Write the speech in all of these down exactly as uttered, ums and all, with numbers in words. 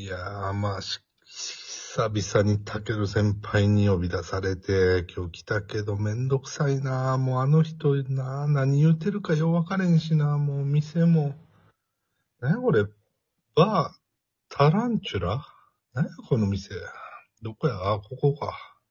いやー、まあ、し久々にタケル先輩に呼び出されて、今日来たけどめんどくさいな。もうあの人な、何言うてるかよう分かれんしな。もう店も。何やこれ、バー、タランチュラ何やこの店。どこやあ、ここか。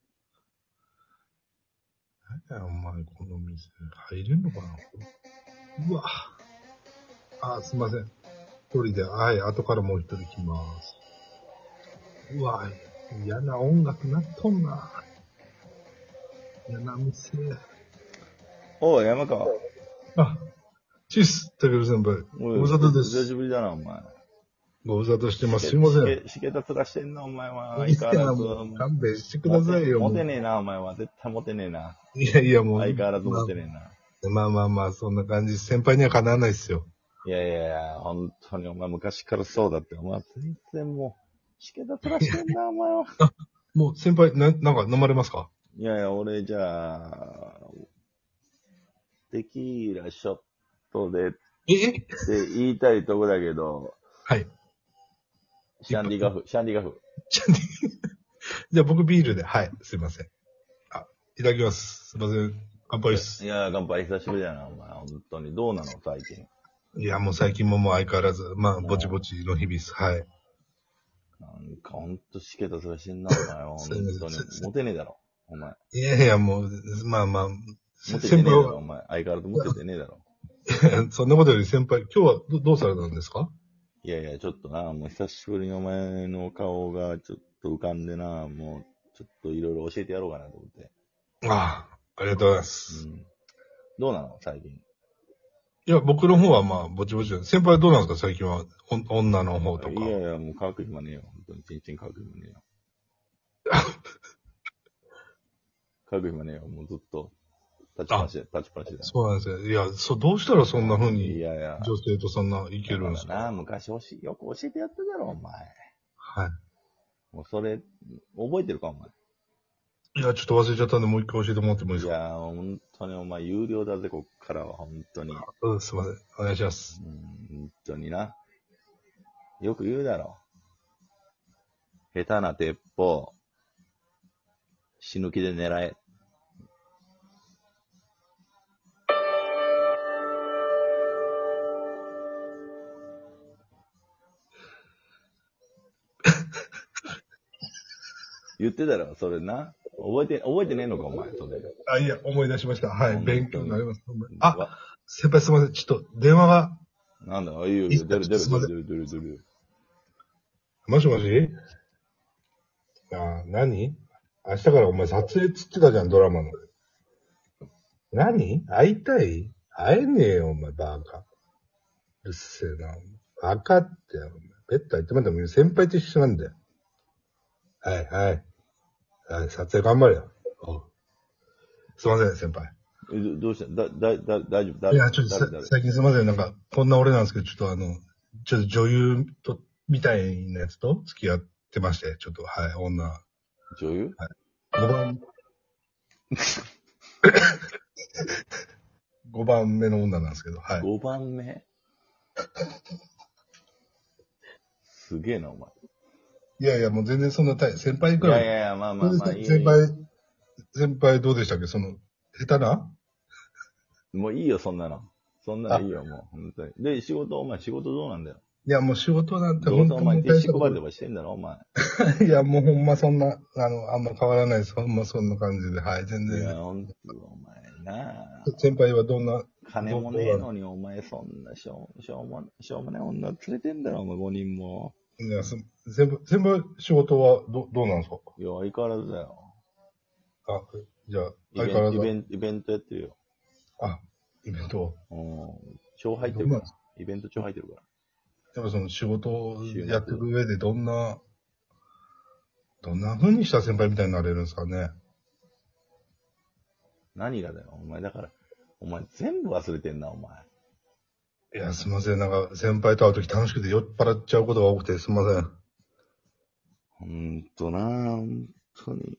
何やお前この店。入れんのかなうわ。あ、すいません。一人で、はい、後からもう一人来ます。うわ、嫌な音楽なっとんな。嫌な店。 おい、山川。 あ、チース、タケル先輩。ご無沙汰で久しす。 ぶりだな、お前。 ご無沙汰してます。 しすいません。 け、しけ、しけた面してんな、お前は。 いや、 相変わらず。 もう勘弁してくださいよ。 モもうテねえな、お前は。絶対モテねえな。 いやいや、もう。 相変わらずモテねえな。 まあまあまあ、そんな感じ。先輩にはかなわないですよ。 いやいやいや、本当にお前昔からそうだって。お前全然もう、しけた面してんな、お前は。 もう先輩、な、なんか飲まれますか？ いやいや、俺じゃあ、テキーラショットでってえ言いたいとこだけど、 はい。 シャンディガフ、シャンディガフ。 じゃあねじゃあ僕ビールで。はい。すいません。あ、いただきます。すいません。乾杯っす。 いや、乾杯久しぶりだな、お前。本当に。どうなの、最近。 いや、もう最近ももう相変わらず、まあ、ぼちぼちの日々です。はい。 なんかほんとしけた面してんな、お前は。本当に。モテねえだろ、お前。 いやいや、もう、まあまあ、 モテてねえだろ、お前。相変わらずモテてねえだろ。 そんなことより先輩、今日はどどうされたんですか？ いやいや、ちょっとな、もう久しぶりにお前の顔がちょっと浮かんでな、もう、ちょっといろいろ教えてやろうかなと思って。 ああ、ありがとうございまうす。 ん。どうなの、最近。 いや、僕の方はまあ、ぼちぼちです。先輩どうなんですか最近は。お女の方とか。 いやいや、もう乾く暇ねえよ。本当に、ちんちん乾く暇ねえよ。乾く暇ねえよ。もうずっと、立ちっぱなしで、立ちっぱなしだよ。 そうなんですよ。いや、そう、どうしたらそんな風いにやいや。 女性とそんないけだるんですか？ からな、昔教え、よく教えてやっただろ、お前。 はもうそれ、覚えてるか、お前。 い。いや、ちょっと忘れちゃったんで、もう一回教えてもらってもいいですか？ いやー、本当にお前、有料だぜ、こっからは、本当に。 うん、すいません。お願いします。 うん、本当にな。よく言うだろ。下手な鉄砲、死ぬ気で狙え。言ってたろ、それな。覚えて、覚えてねえのか、お前、それ。 あ、いや、思い出しました。はい。 本当に勉強になります。あ、 わ先輩すいません。ちょっと電話が。 なんだ、いいよ、いいよ、出る、出る、出る、出る、出る、出る。 もしもしあ、何明日からお前撮影つってたじゃん、ドラマの。何会いたい会えねえよ、お前、バカ。うるせえな。バカってよ、お前。ベッド入ってまでも先輩と一緒なんだよ。はい、はい。はい、撮影頑張れよ。おうすいません、先輩。 えどどうしただ、だ、だ、大丈夫だいや、ちょっとさ誰、誰最近すいません。なんか、こんな俺なんですけど、ちょっとあの、ちょっと女優と、みたいなやつと付き合ってまして、ちょっと、はい、女。 女優ごばん、ごばんめの女なんですけど、はい。 ごばんめすげえな、お前。 いやいや、もう全然そんな大、先輩いくらい。 やいやいや、まあまあまあ、いいよ先輩、先輩どうでしたっけその、下手なもういいよ、そんなの。そんなのいいよ、もう。本当に。で、仕事、お前仕事どうなんだよ。 いや、もう仕事なんてどう本当せお前ティッに大したことシュ配りとかしてんだろ、お前。 いや、もうほんまそんな、あの、あんま変わらないです。ほんまそんな感じで、はい、全いや、 然。 ほんと、お前な先輩はどんな、 金もねえのに、お前そんなしょう、しょうも、しょうもない女連れてんだろ、お前ごにんも。 いや、す先輩、先輩仕事はど、どうなんですかいや、相変わらずだよ。 あ、じゃあ、 イベント、イ相変わらず。 ベント、イベントやってるよ。 あ、イベント。 うん。超入ってるから。イベント超入ってるから。 やっぱその仕事をやっていく上でどんな、どんな風にした先輩みたいになれるんですかね。 何がだよ、お前。だから、お前全部忘れてんな、お前。 いや、すいません。なんか、先輩と会うとき楽しくて酔っ払っちゃうことが多くて、すいません。 ほんとなほんとに。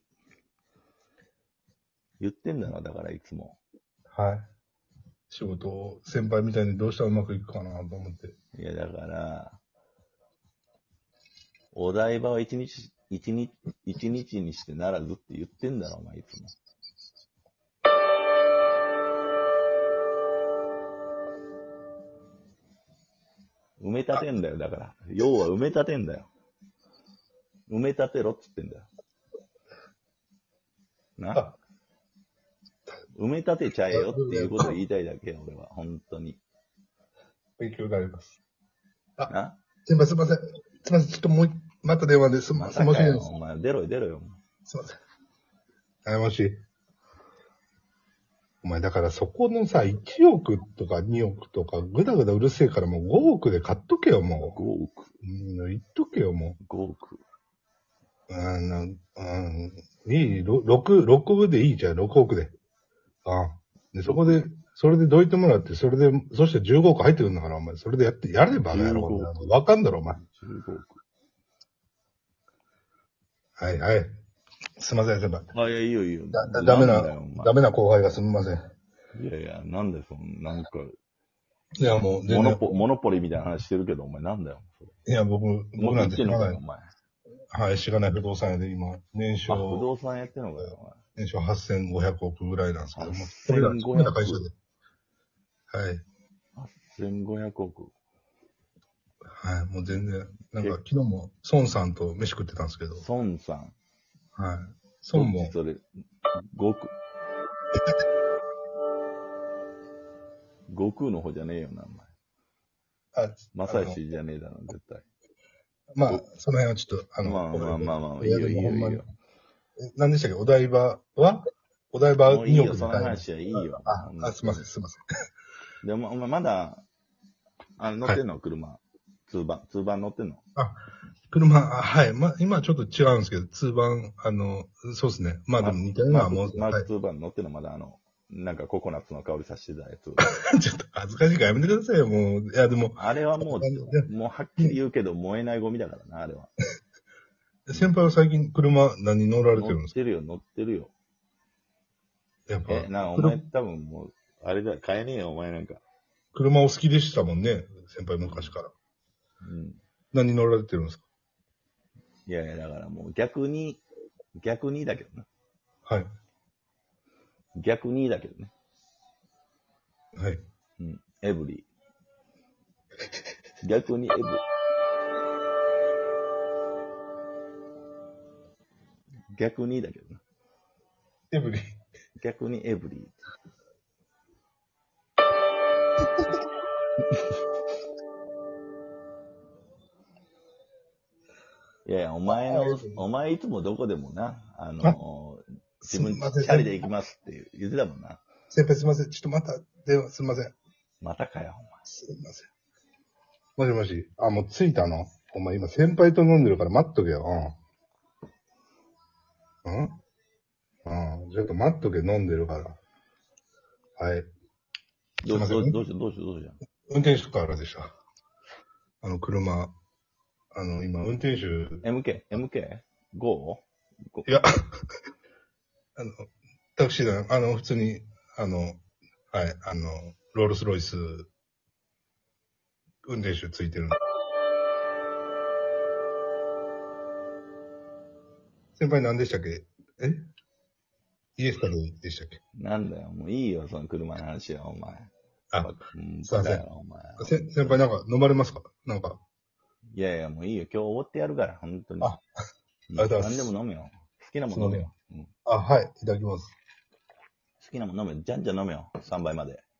言ってんだろ、だからいつも。 はい。仕事を先輩みたいにどうしたらうまくいくかなと思って。 いや、だから、 お台場は一日、一日、一日にしてならずって言ってんだろ、お前いつも。埋め立てんだよ、だから。要は埋め立てんだよ。埋め立てろっつってんだよ。な。埋め立てちゃえよっていうことを言いたいだけよ、俺は。本当に。 勉強になります。あ、 な。 すいません、すいません。すいません、ちょっともう、また電話です。 ますいません。 お前、出ろよ、出ろよ。 すいません。はい、もし。お前、だからそこのさ、いちおくとかにおくとか、ぐだぐだうるせえからもうごおくで買っとけよ、もう。 ごおく。 うん、言っとけよ、もう。 ごおく。 うん、うん、いい、ろく、ろくでいいじゃん、ろくおくで。ああ。で、そこで、それでどいてもらって、それで、そしてじゅうごおく入ってくるんだから、お前、それでやって、やればバカ野郎。わかんだろ、お前。 じゅうごおく。 はい、はい。すいません、先輩。 あ、いや、いいよ、いいよ。 だ、だ、ダメな、ダメな後輩がすみません。 いやいや、なんでそんなんか、 いや、もう、 モノポ、モノポリみたいな話してるけど、お前なんだよ。 いや、僕、僕なんて知らない。 お前。 はい、知らない不動産屋で今、年商。 あ、不動産やってんのかよ、お前。 年商はっせんごひゃくおくぐらいなんですけども。 はっせんごひゃくおく。 会社で。はい。 はっせんごひゃくおく。 はい、もう全然、なんか昨日も孫さんと飯食ってたんですけど。 孫さん。 はい。孫も。 それ、ごく。悟空の方じゃねえよな、お前。あ、まさしじゃねえだろ、絶対。 まあ、その辺はちょっと、あの、 まあまあまあまあ、いいよいいよいいよ。 何でしたっけ、お台場はお台場におくいいよ、その話はいいよ。 あ、あすいません、すいません。 でも、お前まだ、あの、乗ってんの、はい、車。通番、通番乗ってんのあ、車、はい。ま、今ちょっと違うんですけど、通番、あの、そうですね。まあでも似たようなもん。 マーク通番乗ってんのまだあの、なんかココナッツの香りさせてたやつ。 ちょっと恥ずかしいからやめてくださいよ、もう。いや、でも。 あれはもう、もうはっきり言うけど燃えないゴミだからな、あれは。 先輩は最近車何乗られてるんですか？ 乗ってるよ、乗ってるよ。 やっぱ。 え、な、お前多分もう、あれだ、買えねえよ、お前なんか。 車お好きでしたもんね、先輩昔から。 うん。 何乗られてるんですか？ いやいや、だからもう逆に、逆にだけどな。 はい。 逆にだけどね。 はい。 うん。エブリー。逆にエブリー。逆にだけどな。 エブリー。 逆にエブリー。いやいや、お前の、お前いつもどこでもな、あのー、自分、チャリで行きますって言ってたもんな。 先輩すいません。ちょっとまた電話すいません。 またかよ、お前。 すいません。もしもし。あ、もう着いたの？お前今先輩と飲んでるから待っとけよ。うん。うんうん。ちょっと待っとけ、飲んでるから。はい。 どうしよう、どうしよう、どうしよう、どうしよう。 運転手からでした。あの、車。あの、今、運転手。 エムケー？ エムケー？ ゴー？ いや、あの、タクシーだ、あの、普通に、あの、はい、あの、ロールスロイス、運転手ついてる。先輩何でしたっけ？えイエスタデイでしたっけ？ なんだよ、もういいよ、その車の話は、お前。 あ、 うん、 すいません。 お前。 せ、先輩なんか飲まれますか？なんか。 いやいや、もういいよ。今日終わってやるから、本当に。 あ、ありがとうございます。 何でも飲めよ。好きなもん飲めよ。 うん、あ、はい。いただきます。 好きなもん飲めよ。じゃんじゃん飲めよ。さんばいまで。